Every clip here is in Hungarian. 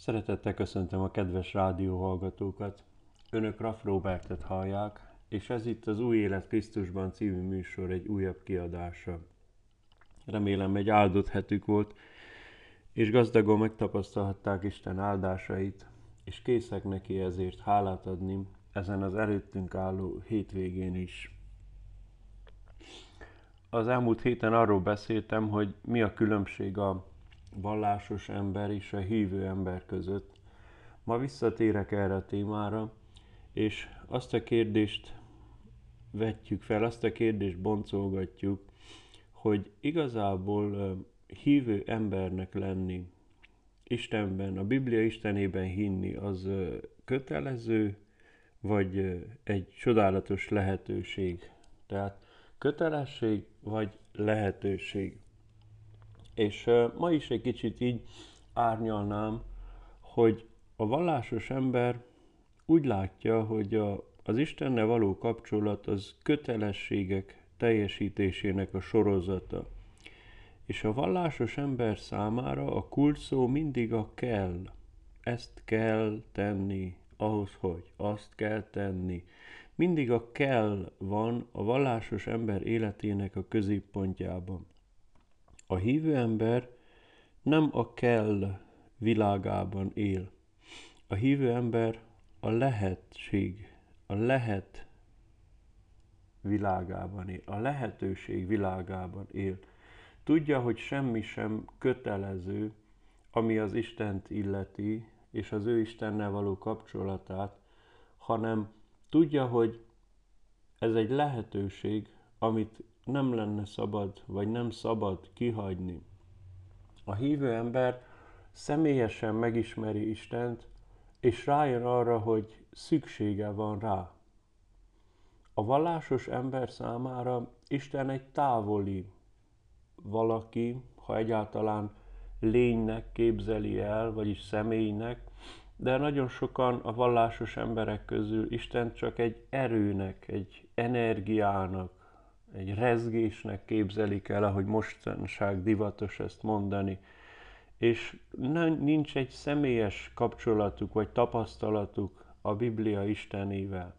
Szeretettel köszöntöm a kedves rádióhallgatókat. Önök Raff Robertet hallják, és ez itt az Új Élet Krisztusban című műsor egy újabb kiadása. Remélem egy áldott hetük volt, és gazdagon megtapasztalhatták Isten áldásait, és készek neki ezért hálát adni ezen az előttünk álló hétvégén is. Az elmúlt héten arról beszéltem, hogy mi a különbség a vallásos ember és a hívő ember között. Ma visszatérek erre a témára, és azt a kérdést vetjük fel, azt a kérdést boncolgatjuk, hogy igazából hívő embernek lenni, Istenben, a Biblia Istenében hinni, az kötelező, vagy egy csodálatos lehetőség. Tehát kötelesség, vagy lehetőség. És ma is egy kicsit így árnyalnám, hogy a vallásos ember úgy látja, hogy az Istennel való kapcsolat az kötelességek teljesítésének a sorozata. És a vallásos ember számára a kulcsszó mindig a kell. Ezt kell tenni, ahhoz, hogy azt kell tenni. Mindig a kell van a vallásos ember életének a középpontjában. A hívő ember nem a kell világában él. A hívő ember a lehetség, a lehet világában él, a lehetőség világában él. Tudja, hogy semmi sem kötelező, ami az Istent illeti, és az ő Istennel való kapcsolatát, hanem tudja, hogy ez egy lehetőség, amit nem lenne szabad, vagy nem szabad kihagyni. A hívő ember személyesen megismeri Istent, és rájön arra, hogy szüksége van rá. A vallásos ember számára Isten egy távoli valaki, ha egyáltalán lénynek képzeli el, vagyis személynek, de nagyon sokan a vallásos emberek közül Isten csak egy erőnek, egy energiának, egy rezgésnek képzelik el, ahogy mostanság divatos ezt mondani. És nincs egy személyes kapcsolatuk vagy tapasztalatuk a Biblia Istenével.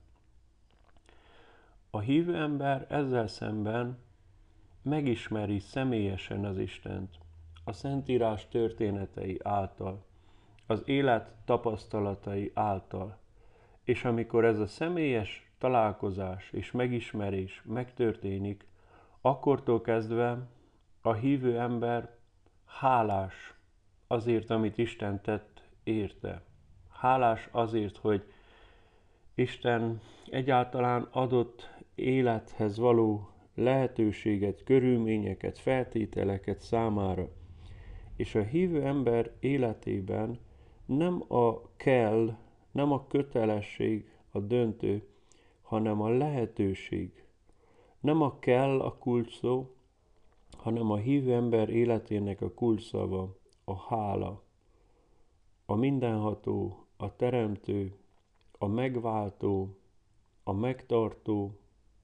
A hívő ember ezzel szemben megismeri személyesen az Istent, a Szentírás történetei által, az élet tapasztalatai által. És amikor ez a személyes találkozás és megismerés megtörténik, akkortól kezdve a hívő ember hálás azért, amit Isten tett érte. Hálás azért, hogy Isten egyáltalán adott élethez való lehetőséget, körülményeket, feltételeket számára. És a hívő ember életében nem a kell, nem a kötelesség a döntő, hanem a lehetőség. Nem a kell a kulcsszó, hanem a hívő ember életének a kulcsszava a hála. A mindenható, a teremtő, a megváltó, a megtartó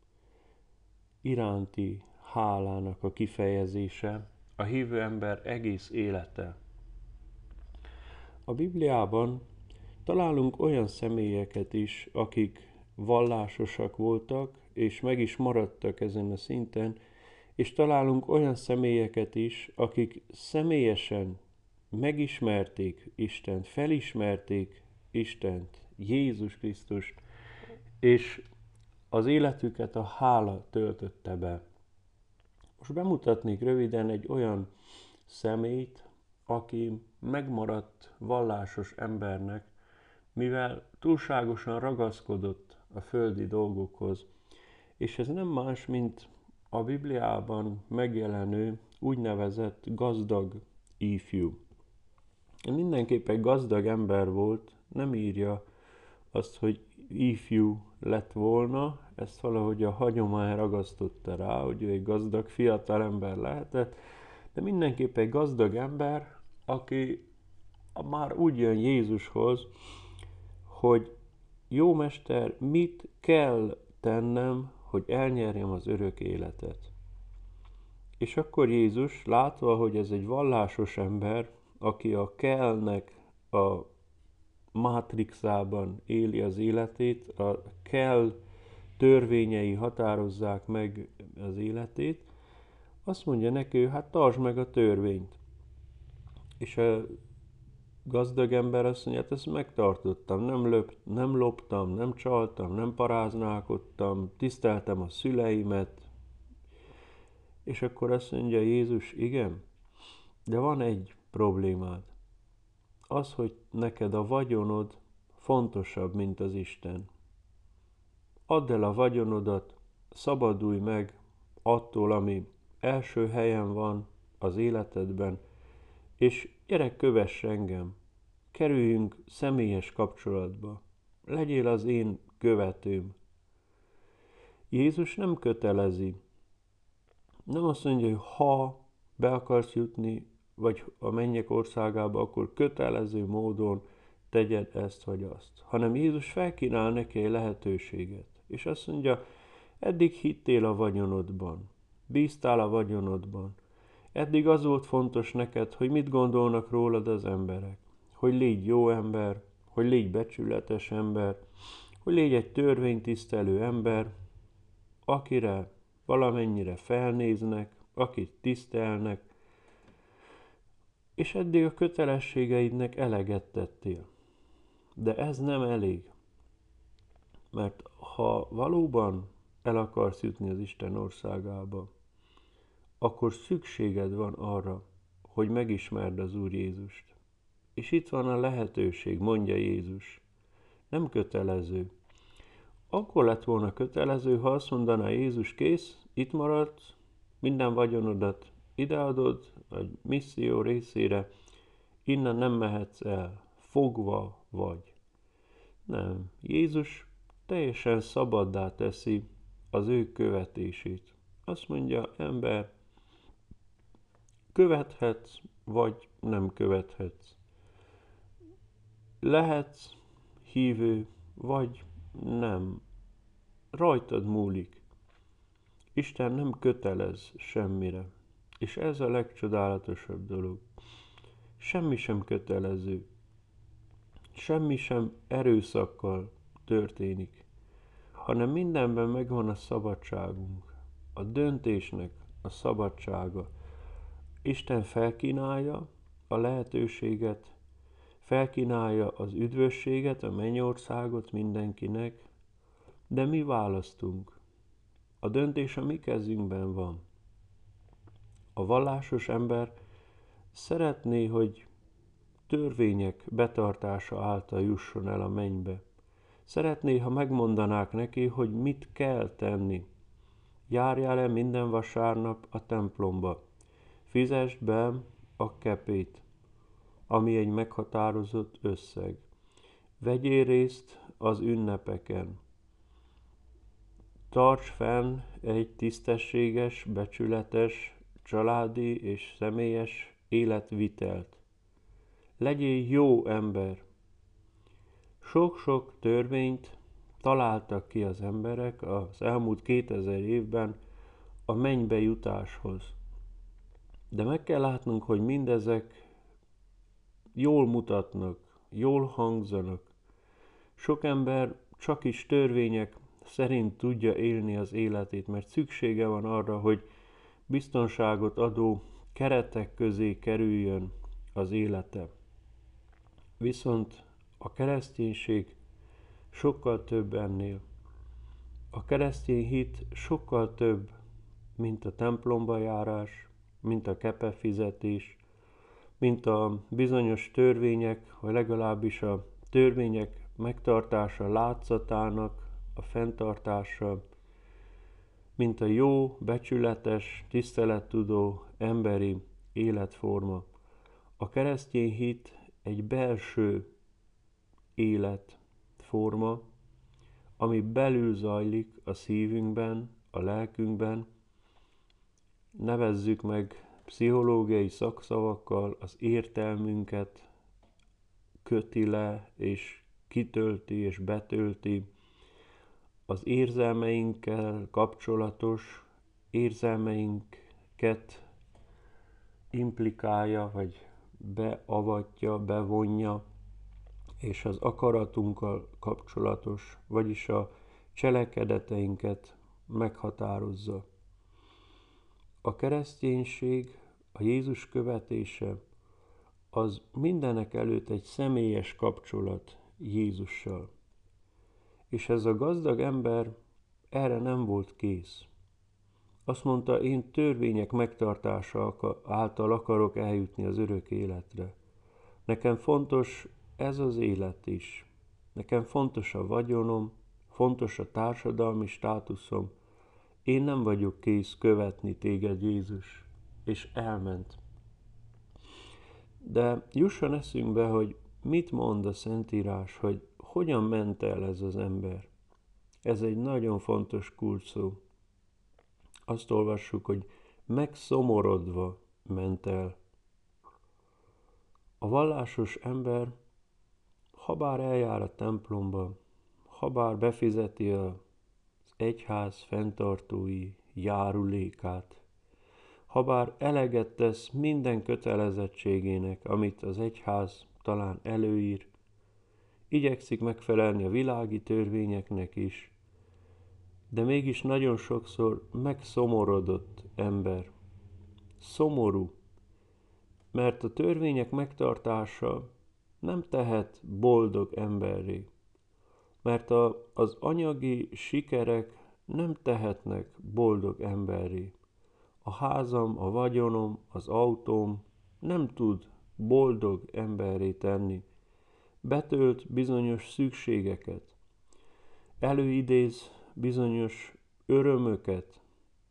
iránti hálának a kifejezése, a hívő ember egész élete. A Bibliában találunk olyan személyeket is, akik vallásosak voltak, és meg is maradtak ezen a szinten, és találunk olyan személyeket is, akik személyesen megismerték Istent, felismerték Istent, Jézus Krisztust, és az életüket a hála töltötte be. Most bemutatnék röviden egy olyan személyt, aki megmaradt vallásos embernek, mivel túlságosan ragaszkodott a földi dolgokhoz. És ez nem más, mint a Bibliában megjelenő úgynevezett gazdag ifjú. Mindenképp egy gazdag ember volt, nem írja azt, hogy ifjú lett volna, ezt valahogy a hagyomány ragasztotta rá, hogy ő egy gazdag fiatal ember lehetett, de mindenképp egy gazdag ember, aki már úgy jön Jézushoz, hogy jó mester, mit kell tennem, hogy elnyerjem az örök életet. És akkor Jézus, látva, hogy ez egy vallásos ember, aki a kellnek a mátrixában éli az életét, a kell törvényei határozzák meg az életét, azt mondja neki, hogy hát tartsd meg a törvényt. És a gazdag ember azt mondja, hát ezt megtartottam, nem loptam, nem csaltam, nem paráználkodtam, tiszteltem a szüleimet. És akkor azt mondja Jézus, igen, de van egy problémád. Az, hogy neked a vagyonod fontosabb, mint az Isten. Add el a vagyonodat, szabadulj meg attól, ami első helyen van az életedben, és gyere, kövess engem. Kerüljünk személyes kapcsolatba. Legyél az én követőm. Jézus nem kötelezi. Nem azt mondja, hogy ha be akarsz jutni, vagy a mennyek országába, akkor kötelező módon tegyed ezt vagy azt. Hanem Jézus felkínál neki egy lehetőséget. És azt mondja, eddig hittél a vagyonodban, bíztál a vagyonodban. Eddig az volt fontos neked, hogy mit gondolnak rólad az emberek. Hogy légy jó ember, hogy légy becsületes ember, hogy légy egy törvénytisztelő ember, akire valamennyire felnéznek, akit tisztelnek, és eddig a kötelességeidnek eleget tettél. De ez nem elég. Mert ha valóban el akarsz jutni az Isten országába, akkor szükséged van arra, hogy megismerd az Úr Jézust. És itt van a lehetőség, mondja Jézus. Nem kötelező. Akkor lett volna kötelező, ha azt mondaná Jézus, kész, itt maradsz, minden vagyonodat ideadod a misszió részére, innen nem mehetsz el, fogva vagy. Nem, Jézus teljesen szabaddá teszi az ő követését. Azt mondja, ember, követhetsz, vagy nem követhetsz. Lehetsz hívő, vagy nem. Rajtad múlik. Isten nem kötelez semmire. És ez a legcsodálatosabb dolog. Semmi sem kötelező. Semmi sem erőszakkal történik, hanem mindenben megvan a szabadságunk. A döntésnek a szabadsága. Isten felkínálja a lehetőséget, felkínálja az üdvösséget, a mennyországot mindenkinek, de mi választunk. A döntés a mi kezünkben van. A vallásos ember szeretné, hogy törvények betartása által jusson el a mennybe. Szeretné, ha megmondanák neki, hogy mit kell tenni. Járjál el minden vasárnap a templomba. Fizesd be a kepét, ami egy meghatározott összeg. Vegyél részt az ünnepeken. Tarts fenn egy tisztességes, becsületes, családi és személyes életvitelt. Legyél jó ember. Sok-sok törvényt találtak ki az emberek az elmúlt 2000 évben a mennybe jutáshoz. De meg kell látnunk, hogy mindezek jól mutatnak, jól hangzanak. Sok ember csak is törvények szerint tudja élni az életét, mert szüksége van arra, hogy biztonságot adó keretek közé kerüljön az élete. Viszont a kereszténység sokkal több ennél. A keresztény hit sokkal több, mint a templomba járás, mint a kepefizetés, mint a bizonyos törvények, vagy legalábbis a törvények megtartása látszatának a fenntartása, mint a jó, becsületes, tisztelettudó emberi életforma. A keresztény hit egy belső életforma, ami belül zajlik a szívünkben, a lelkünkben. Nevezzük meg pszichológiai szakszavakkal, az értelmünket köti le, és kitölti, és betölti. Az érzelmeinkkel kapcsolatos érzelmeinket implikálja, vagy beavatja, bevonja és az akaratunkkal kapcsolatos, vagyis a cselekedeteinket meghatározza. A kereszténység, a Jézus követése, az mindenek előtt egy személyes kapcsolat Jézussal. És ez a gazdag ember erre nem volt kész. Azt mondta, én törvények megtartása által akarok eljutni az örök életre. Nekem fontos ez az élet is. Nekem fontos a vagyonom, fontos a társadalmi státuszom. Én nem vagyok kész követni téged, Jézus. És elment. De jusson eszünkbe, hogy mit mond a Szentírás, hogy hogyan ment el ez az ember. Ez egy nagyon fontos kulcsszó. Azt olvassuk, hogy megszomorodva ment el. A vallásos ember, habár eljár a templomba, habár befizeti az egyház fenntartói járulékát, habár eleget tesz minden kötelezettségének, amit az egyház talán előír, igyekszik megfelelni a világi törvényeknek is, de mégis nagyon sokszor megszomorodott ember. Szomorú, mert a törvények megtartása nem tehet boldog emberré, mert az anyagi sikerek nem tehetnek boldog emberré. A házam, a vagyonom, az autóm nem tud boldog emberré tenni. Betölt bizonyos szükségeket, előidéz bizonyos örömöket,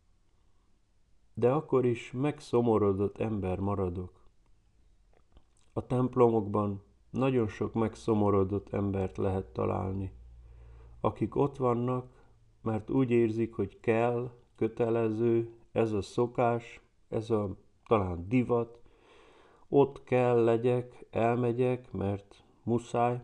de akkor is megszomorodott ember maradok. A templomokban nagyon sok megszomorodott embert lehet találni, akik ott vannak, mert úgy érzik, hogy kell, kötelező, ez a szokás, ez a talán divat, ott kell legyek, elmegyek, mert muszáj.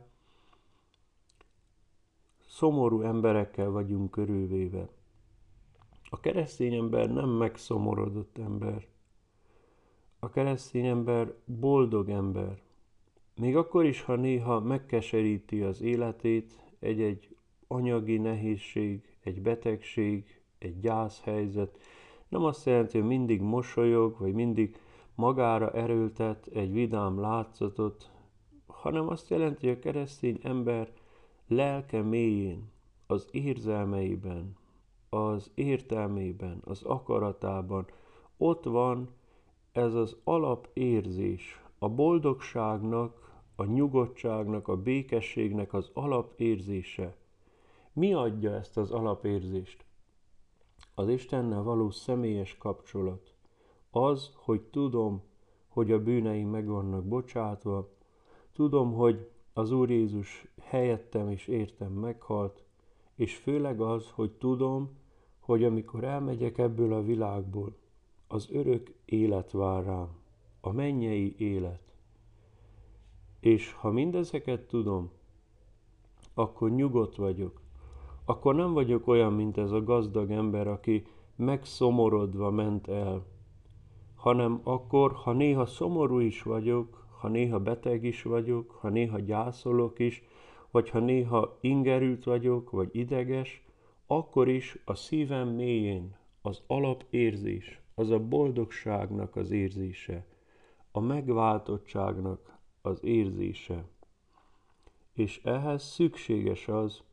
Szomorú emberekkel vagyunk körülvéve. A keresztény ember nem megszomorodott ember. A keresztény ember boldog ember. Még akkor is, ha néha megkeseríti az életét egy anyagi nehézség, egy betegség, egy gyászhelyzet, nem azt jelenti, hogy mindig mosolyog, vagy mindig magára erőltet egy vidám látszatot, hanem azt jelenti, hogy a keresztény ember lelke mélyén, az érzelmeiben, az értelmében, az akaratában ott van ez az alapérzés, a boldogságnak, a nyugodtságnak, a békességnek az alapérzése. Mi adja ezt az alapérzést? Az Istennel való személyes kapcsolat. Az, hogy tudom, hogy a bűneim meg vannak bocsátva, tudom, hogy az Úr Jézus helyettem és értem meghalt, és főleg az, hogy tudom, hogy amikor elmegyek ebből a világból, az örök élet vár rám, a mennyei élet. És ha mindezeket tudom, akkor nyugodt vagyok. Akkor nem vagyok olyan, mint ez a gazdag ember, aki megszomorodva ment el, hanem akkor, ha néha szomorú is vagyok, ha néha beteg is vagyok, ha néha gyászolok is, vagy ha néha ingerült vagyok, vagy ideges, akkor is a szívem mélyén az alapérzés, az a boldogságnak az érzése, a megváltottságnak az érzése. És ehhez szükséges az,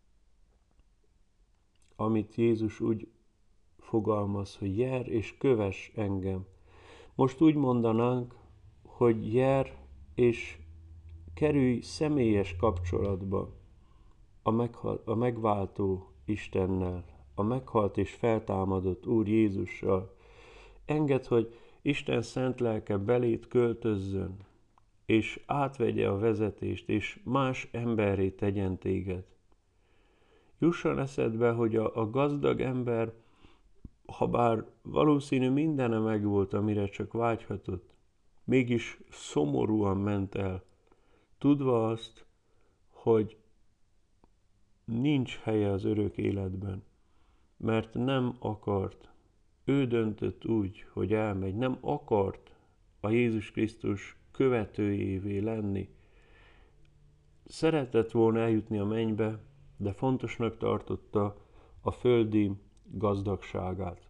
amit Jézus úgy fogalmaz, hogy jár és kövess engem. Most úgy mondanánk, hogy jár és kerülj személyes kapcsolatba a megváltó Istennel, a meghalt és feltámadott Úr Jézussal. Engedd, hogy Isten szent lelke beléd költözzön, és átvegye a vezetést, és más emberré tegyen téged. Jusson eszedbe, hogy a gazdag ember, ha bár valószínű mindene megvolt, amire csak vágyhatott, mégis szomorúan ment el, tudva azt, hogy nincs helye az örök életben, mert nem akart. Ő döntött úgy, hogy elmegy, nem akart a Jézus Krisztus követőjévé lenni. szeretett volna eljutni a mennybe, de fontosnak tartotta a földi gazdagságát.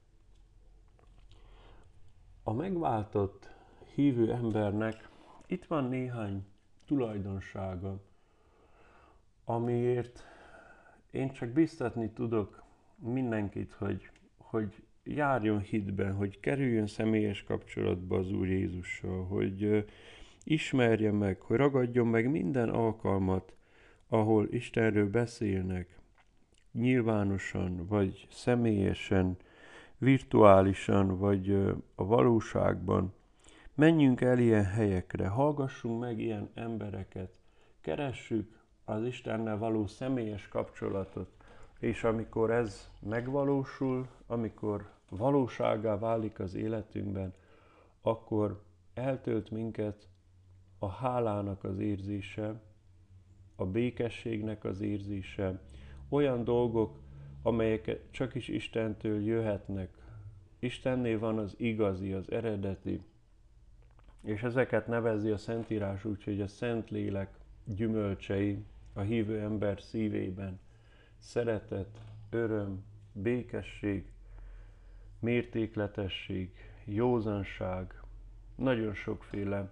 A megváltott hívő embernek itt van néhány tulajdonsága, amiért én csak biztatni tudok mindenkit, hogy járjon hitben, hogy kerüljön személyes kapcsolatba az Úr Jézussal, hogy ismerje meg, hogy ragadjon meg minden alkalmat, ahol Istenről beszélnek, nyilvánosan, vagy személyesen, virtuálisan, vagy a valóságban. Menjünk el ilyen helyekre, hallgassunk meg ilyen embereket, keressük az Istennel való személyes kapcsolatot, és amikor ez megvalósul, amikor valósággá válik az életünkben, akkor eltölt minket a hálának az érzése, a békességnek az érzése, olyan dolgok, amelyek csak is Istentől jöhetnek. Istennél van az igazi, az eredeti, és ezeket nevezi a Szentírás úgy, hogy a Szentlélek gyümölcsei a hívő ember szívében. Szeretet, öröm, békesség, mértékletesség, józanság, nagyon sokféle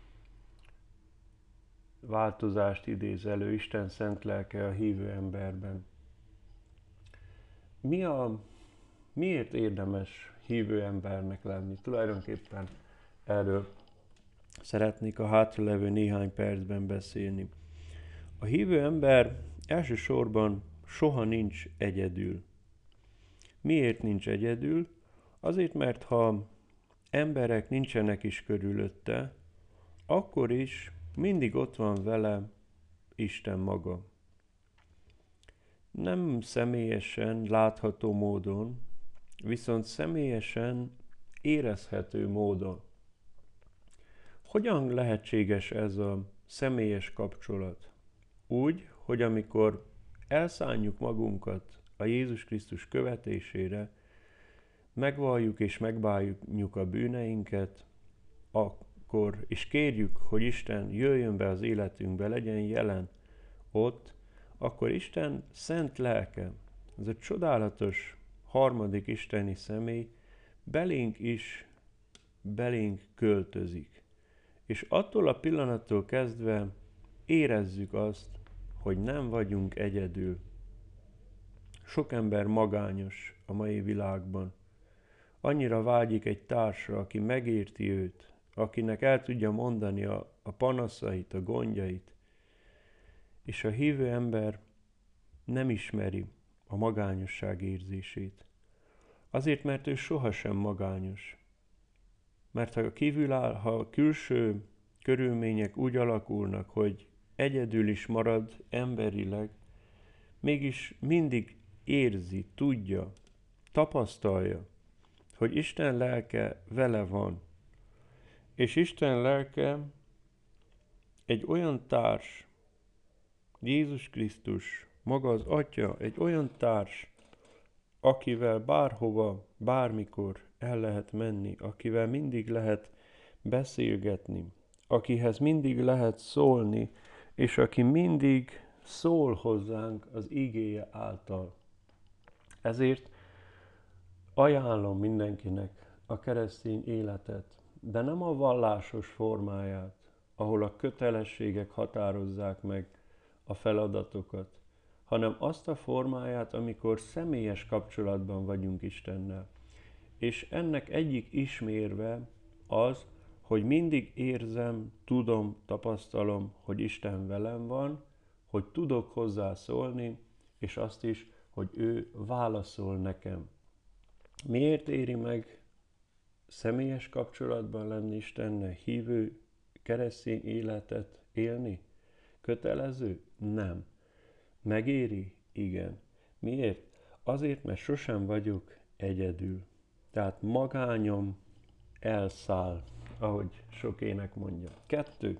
változást idéz elő Isten szent lelke a hívő emberben. Miért érdemes hívő embernek lenni? Tulajdonképpen erről szeretnék a hátralevő néhány percben beszélni. A hívő ember elsősorban soha nincs egyedül. Miért nincs egyedül? Azért, mert ha emberek nincsenek is körülötte, akkor is mindig ott van vele Isten maga. Nem személyesen, látható módon, viszont személyesen érezhető módon. Hogyan lehetséges ez a személyes kapcsolat? Úgy, hogy amikor elszánjuk magunkat a Jézus Krisztus követésére, megvalljuk és megbánjuk a bűneinket, és kérjük, hogy Isten jöjjön be az életünkbe, legyen jelen ott, akkor Isten szent lelke, ez a csodálatos harmadik isteni személy belénk költözik. És attól a pillanattól kezdve érezzük azt, hogy nem vagyunk egyedül. Sok ember magányos a mai világban. Annyira vágyik egy társra, aki megérti őt, akinek el tudja mondani a panaszait, a gondjait. És a hívő ember nem ismeri a magányosság érzését. Azért, mert ő sohasem magányos. Mert ha a külső körülmények úgy alakulnak, hogy egyedül is marad emberileg, mégis mindig érzi, tudja, tapasztalja, hogy Isten lelke vele van. És Isten lelke egy olyan társ, Jézus Krisztus, maga az Atya, egy olyan társ, akivel bárhova, bármikor el lehet menni, akivel mindig lehet beszélgetni, akihez mindig lehet szólni, és aki mindig szól hozzánk az igéje által. Ezért ajánlom mindenkinek a keresztény életet, de nem a vallásos formáját, ahol a kötelességek határozzák meg a feladatokat, hanem azt a formáját, amikor személyes kapcsolatban vagyunk Istennel. És ennek egyik ismérve az, hogy mindig érzem, tudom, tapasztalom, hogy Isten velem van, hogy tudok hozzá szólni, és azt is, hogy ő válaszol nekem. Miért éri meg személyes kapcsolatban lenni Istennel, hívő keresztény életet élni? Kötelező? Nem. Megéri? Igen. Miért? Azért, mert sosem vagyok egyedül. Tehát magányom elszáll, ahogy sok ének mondja. 2.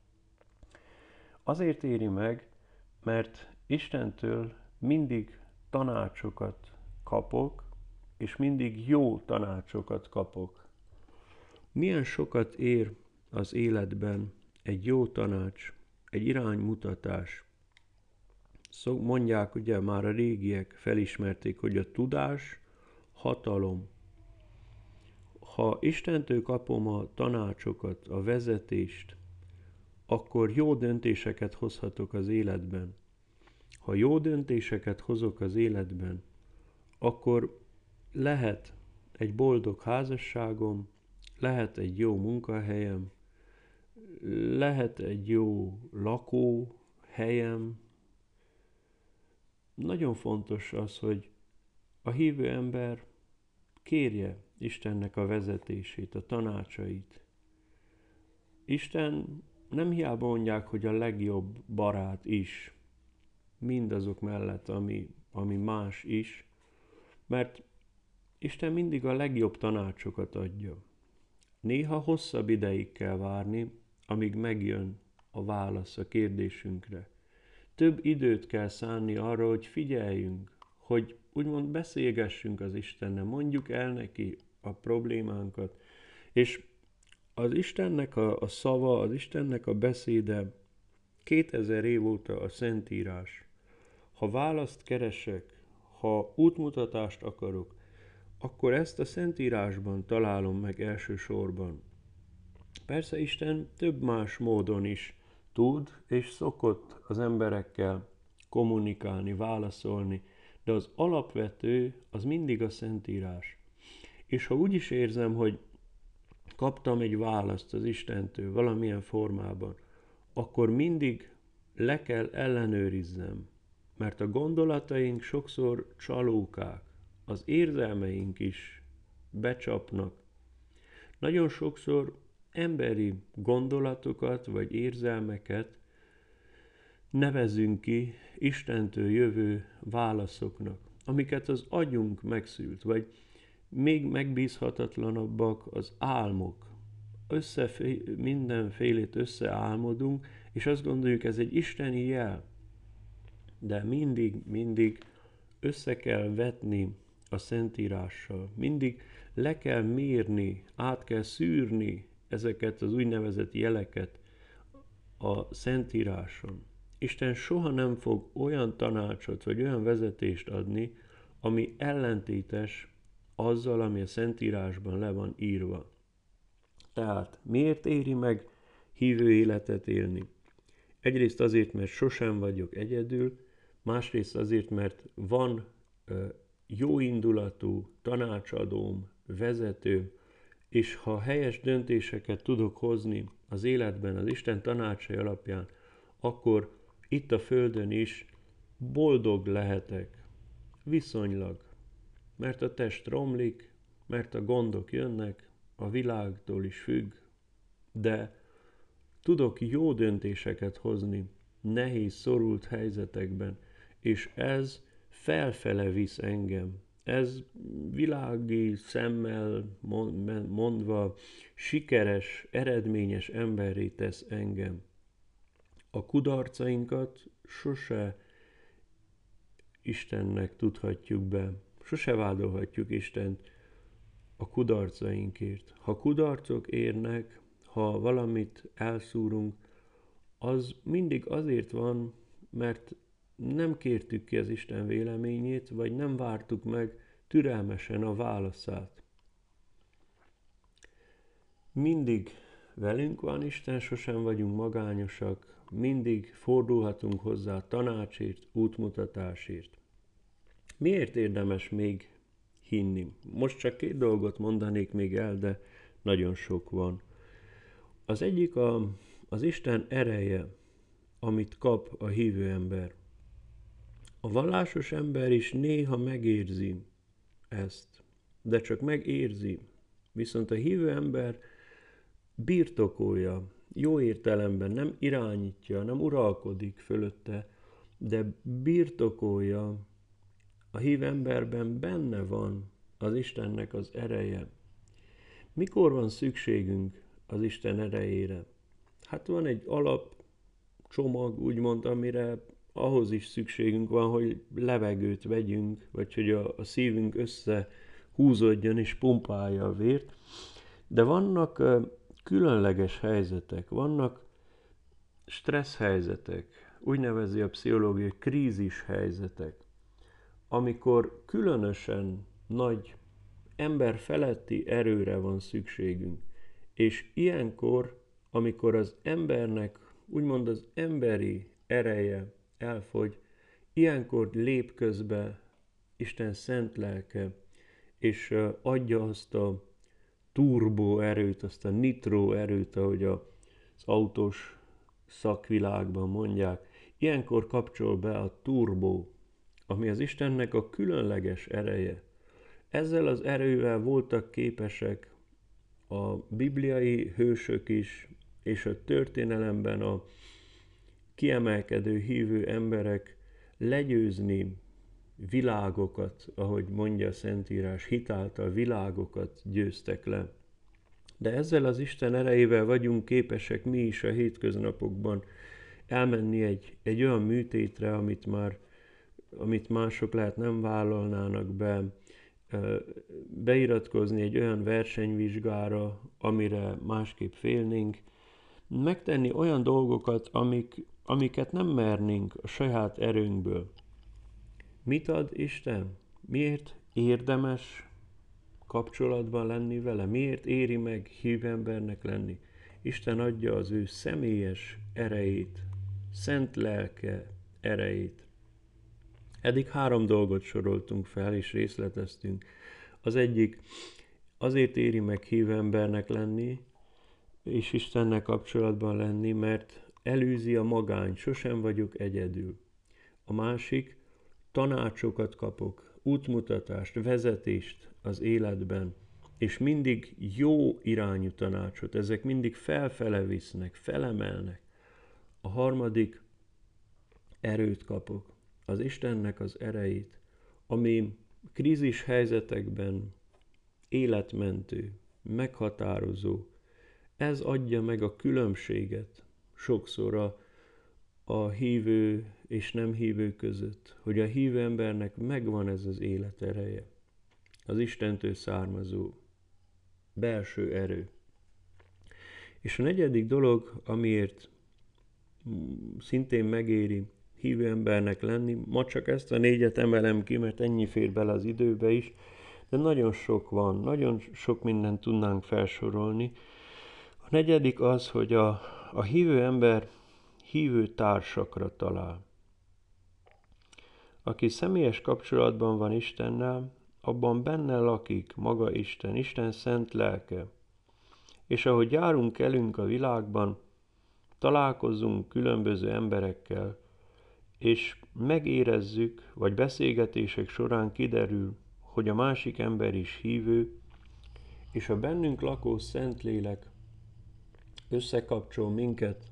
Azért éri meg, mert Istentől mindig tanácsokat kapok, és mindig jó tanácsokat kapok. Milyen sokat ér az életben egy jó tanács, egy iránymutatás. Mondják, ugye már a régiek felismerték, hogy a tudás hatalom. Ha Istentől kapom a tanácsokat, a vezetést, akkor jó döntéseket hozhatok az életben. Ha jó döntéseket hozok az életben, akkor lehet egy boldog házasságom, lehet egy jó munkahelyem, lehet egy jó lakóhelyem. Nagyon fontos az, hogy a hívő ember kérje Istennek a vezetését, a tanácsait. Isten nem hiába mondják, hogy a legjobb barát is, mindazok mellett, ami más is, mert Isten mindig a legjobb tanácsokat adja. Néha hosszabb ideig kell várni, amíg megjön a válasz a kérdésünkre. Több időt kell szánni arra, hogy figyeljünk, hogy úgymond beszélgessünk az Istennel, mondjuk el neki a problémánkat. És az Istennek a szava, az Istennek a beszéde 2000 év óta a Szentírás. Ha választ keresek, ha útmutatást akarok, akkor ezt a Szentírásban találom meg elsősorban. Persze Isten több más módon is tud és szokott az emberekkel kommunikálni, válaszolni, de az alapvető az mindig a Szentírás. És ha úgy is érzem, hogy kaptam egy választ az Istentől valamilyen formában, akkor mindig le kell ellenőrizzem, mert a gondolataink sokszor csalókák, az érzelmeink is becsapnak. Nagyon sokszor emberi gondolatokat vagy érzelmeket nevezünk ki Istentől jövő válaszoknak, amiket az agyunk megszült, vagy még megbízhatatlanabbak az álmok. Mindenfélét összeálmodunk, és azt gondoljuk, ez egy isteni jel. De mindig össze kell vetni a Szentírással. Mindig le kell mérni, át kell szűrni ezeket az úgynevezett jeleket a Szentíráson. Isten soha nem fog olyan tanácsot, vagy olyan vezetést adni, ami ellentétes azzal, ami a Szentírásban le van írva. Tehát miért éri meg hívő életet élni? Egyrészt azért, mert sosem vagyok egyedül, másrészt azért, mert van jóindulatú tanácsadóm, vezetőm, és ha helyes döntéseket tudok hozni az életben az Isten tanácsai alapján, akkor itt a Földön is boldog lehetek, viszonylag. Mert a test romlik, mert a gondok jönnek, a világtól is függ, de tudok jó döntéseket hozni nehéz, szorult helyzetekben, és ez felfele visz engem. Ez világi szemmel mondva sikeres, eredményes emberré tesz engem. A kudarcainkat sose Istennek tudhatjuk be, sose vádolhatjuk Istent a kudarcainkért. Ha kudarcok érnek, ha valamit elszúrunk, az mindig azért van, mert nem kértük ki az Isten véleményét, vagy nem vártuk meg türelmesen a válaszát. Mindig velünk van Isten, sosem vagyunk magányosak, mindig fordulhatunk hozzá tanácsért, útmutatásért. Miért érdemes még hinni? Most csak 2 dolgot mondanék még el, de nagyon sok van. Az egyik az Isten ereje, amit kap a hívő ember. A vallásos ember is néha megérzi ezt, de csak megérzi. Viszont a hívő ember birtokolja, jó értelemben nem irányítja, nem uralkodik fölötte, de birtokolja. A hívő emberben benne van az Istennek az ereje. Mikor van szükségünk az Isten erejére? Hát van egy alapcsomag, úgymond, amire ahhoz is szükségünk van, hogy levegőt vegyünk, vagy hogy a szívünk összehúzódjon és pumpálja a vért. De vannak különleges helyzetek, vannak stressz helyzetek, úgy nevezi a pszichológia, krízis helyzetek, amikor különösen nagy ember feletti erőre van szükségünk. És ilyenkor, amikor az embernek úgymond az emberi ereje elfogy, ilyenkor lép közbe Isten szent lelke, és adja azt a turbó erőt, azt a nitró erőt, ahogy az autós szakvilágban mondják. Ilyenkor kapcsol be a turbó, ami az Istennek a különleges ereje. Ezzel az erővel voltak képesek a bibliai hősök is, és a történelemben a kiemelkedő hívő emberek legyőzni világokat, ahogy mondja a Szentírás, hitáltal világokat győztek le. De ezzel az Isten erejével vagyunk képesek mi is a hétköznapokban elmenni egy olyan műtétre, amit mások lehet nem vállalnának be, beiratkozni egy olyan versenyvizsgára, amire másképp félnénk, megtenni olyan dolgokat, amiket nem mernénk a saját erőnkből. Mit ad Isten? Miért érdemes kapcsolatban lenni vele? Miért éri meg hívő embernek lenni? Isten adja az ő személyes erejét, szent lelke erejét. Eddig 3 dolgot soroltunk fel és részleteztünk. Az egyik, azért éri meg hívő embernek lenni, és Istennel kapcsolatban lenni, mert elűzi a magány, sosem vagyok egyedül. A másik, tanácsokat kapok, útmutatást, vezetést az életben, és mindig jó irányú tanácsot, ezek mindig felfele visznek, felemelnek. A harmadik, erőt kapok, az Istennek az erejét, ami krízis helyzetekben életmentő, meghatározó. Ez adja meg a különbséget sokszor a hívő és nem hívő között, hogy a hívő embernek megvan ez az élet ereje, az Istentől származó belső erő. És a negyedik dolog, amiért szintén megéri hívő embernek lenni, ma csak ezt a 4 emelem ki, mert ennyi fér bele az időbe is, de nagyon sok van, nagyon sok mindent tudnánk felsorolni. A negyedik az, hogy a hívő ember hívő társakra talál. Aki személyes kapcsolatban van Istennel, abban benne lakik maga Isten, Isten szent lelke. És ahogy járunk elünk a világban, találkozunk különböző emberekkel, és megérezzük, vagy beszélgetések során kiderül, hogy a másik ember is hívő, és a bennünk lakó Szentlélek összekapcsol minket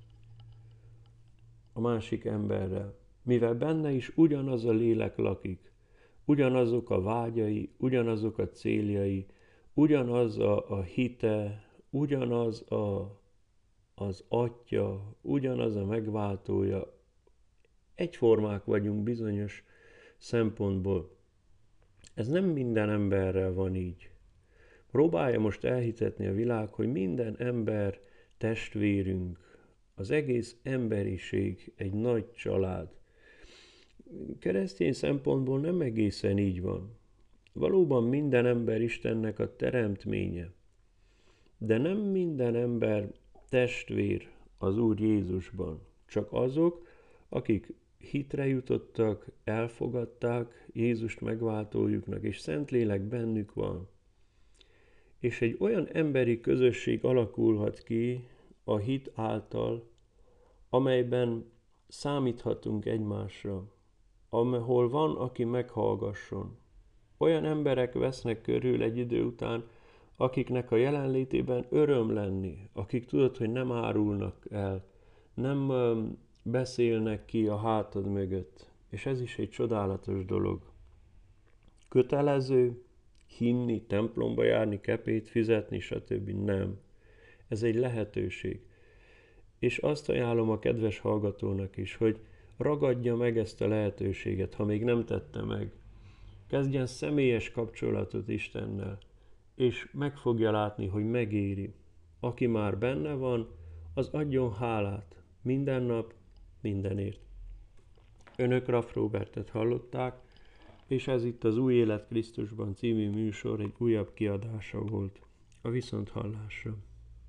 a másik emberrel, mivel benne is ugyanaz a lélek lakik, ugyanazok a vágyai, ugyanazok a céljai, ugyanaz a hite, ugyanaz az atya, ugyanaz a megváltója. Egyformák vagyunk bizonyos szempontból. Ez nem minden emberrel van így. Próbálja most elhitetni a világ, hogy minden ember testvérünk, az egész emberiség egy nagy család. Keresztény szempontból nem egészen így van. Valóban minden ember Istennek a teremtménye, de nem minden ember testvér az Úr Jézusban. Csak azok, akik hitre jutottak, elfogadták Jézust megváltójuknak, és Szentlélek bennük van. És egy olyan emberi közösség alakulhat ki a hit által, amelyben számíthatunk egymásra, ahol van, aki meghallgasson. Olyan emberek vesznek körül egy idő után, akiknek a jelenlétében öröm lenni, akik tudod, hogy nem árulnak el, nem beszélnek ki a hátad mögött. És ez is egy csodálatos dolog. Kötelező hinni, templomba járni, kepét fizetni, stb. Nem. Ez egy lehetőség. És azt ajánlom a kedves hallgatónak is, hogy ragadja meg ezt a lehetőséget, ha még nem tette meg. Kezdjen személyes kapcsolatot Istennel, és meg fogja látni, hogy megéri. Aki már benne van, az adjon hálát. Minden nap, mindenért. Önök Raff Robertet hallották, és ez itt az Új Élet Krisztusban című műsor egy újabb kiadása volt. A viszonthallásra.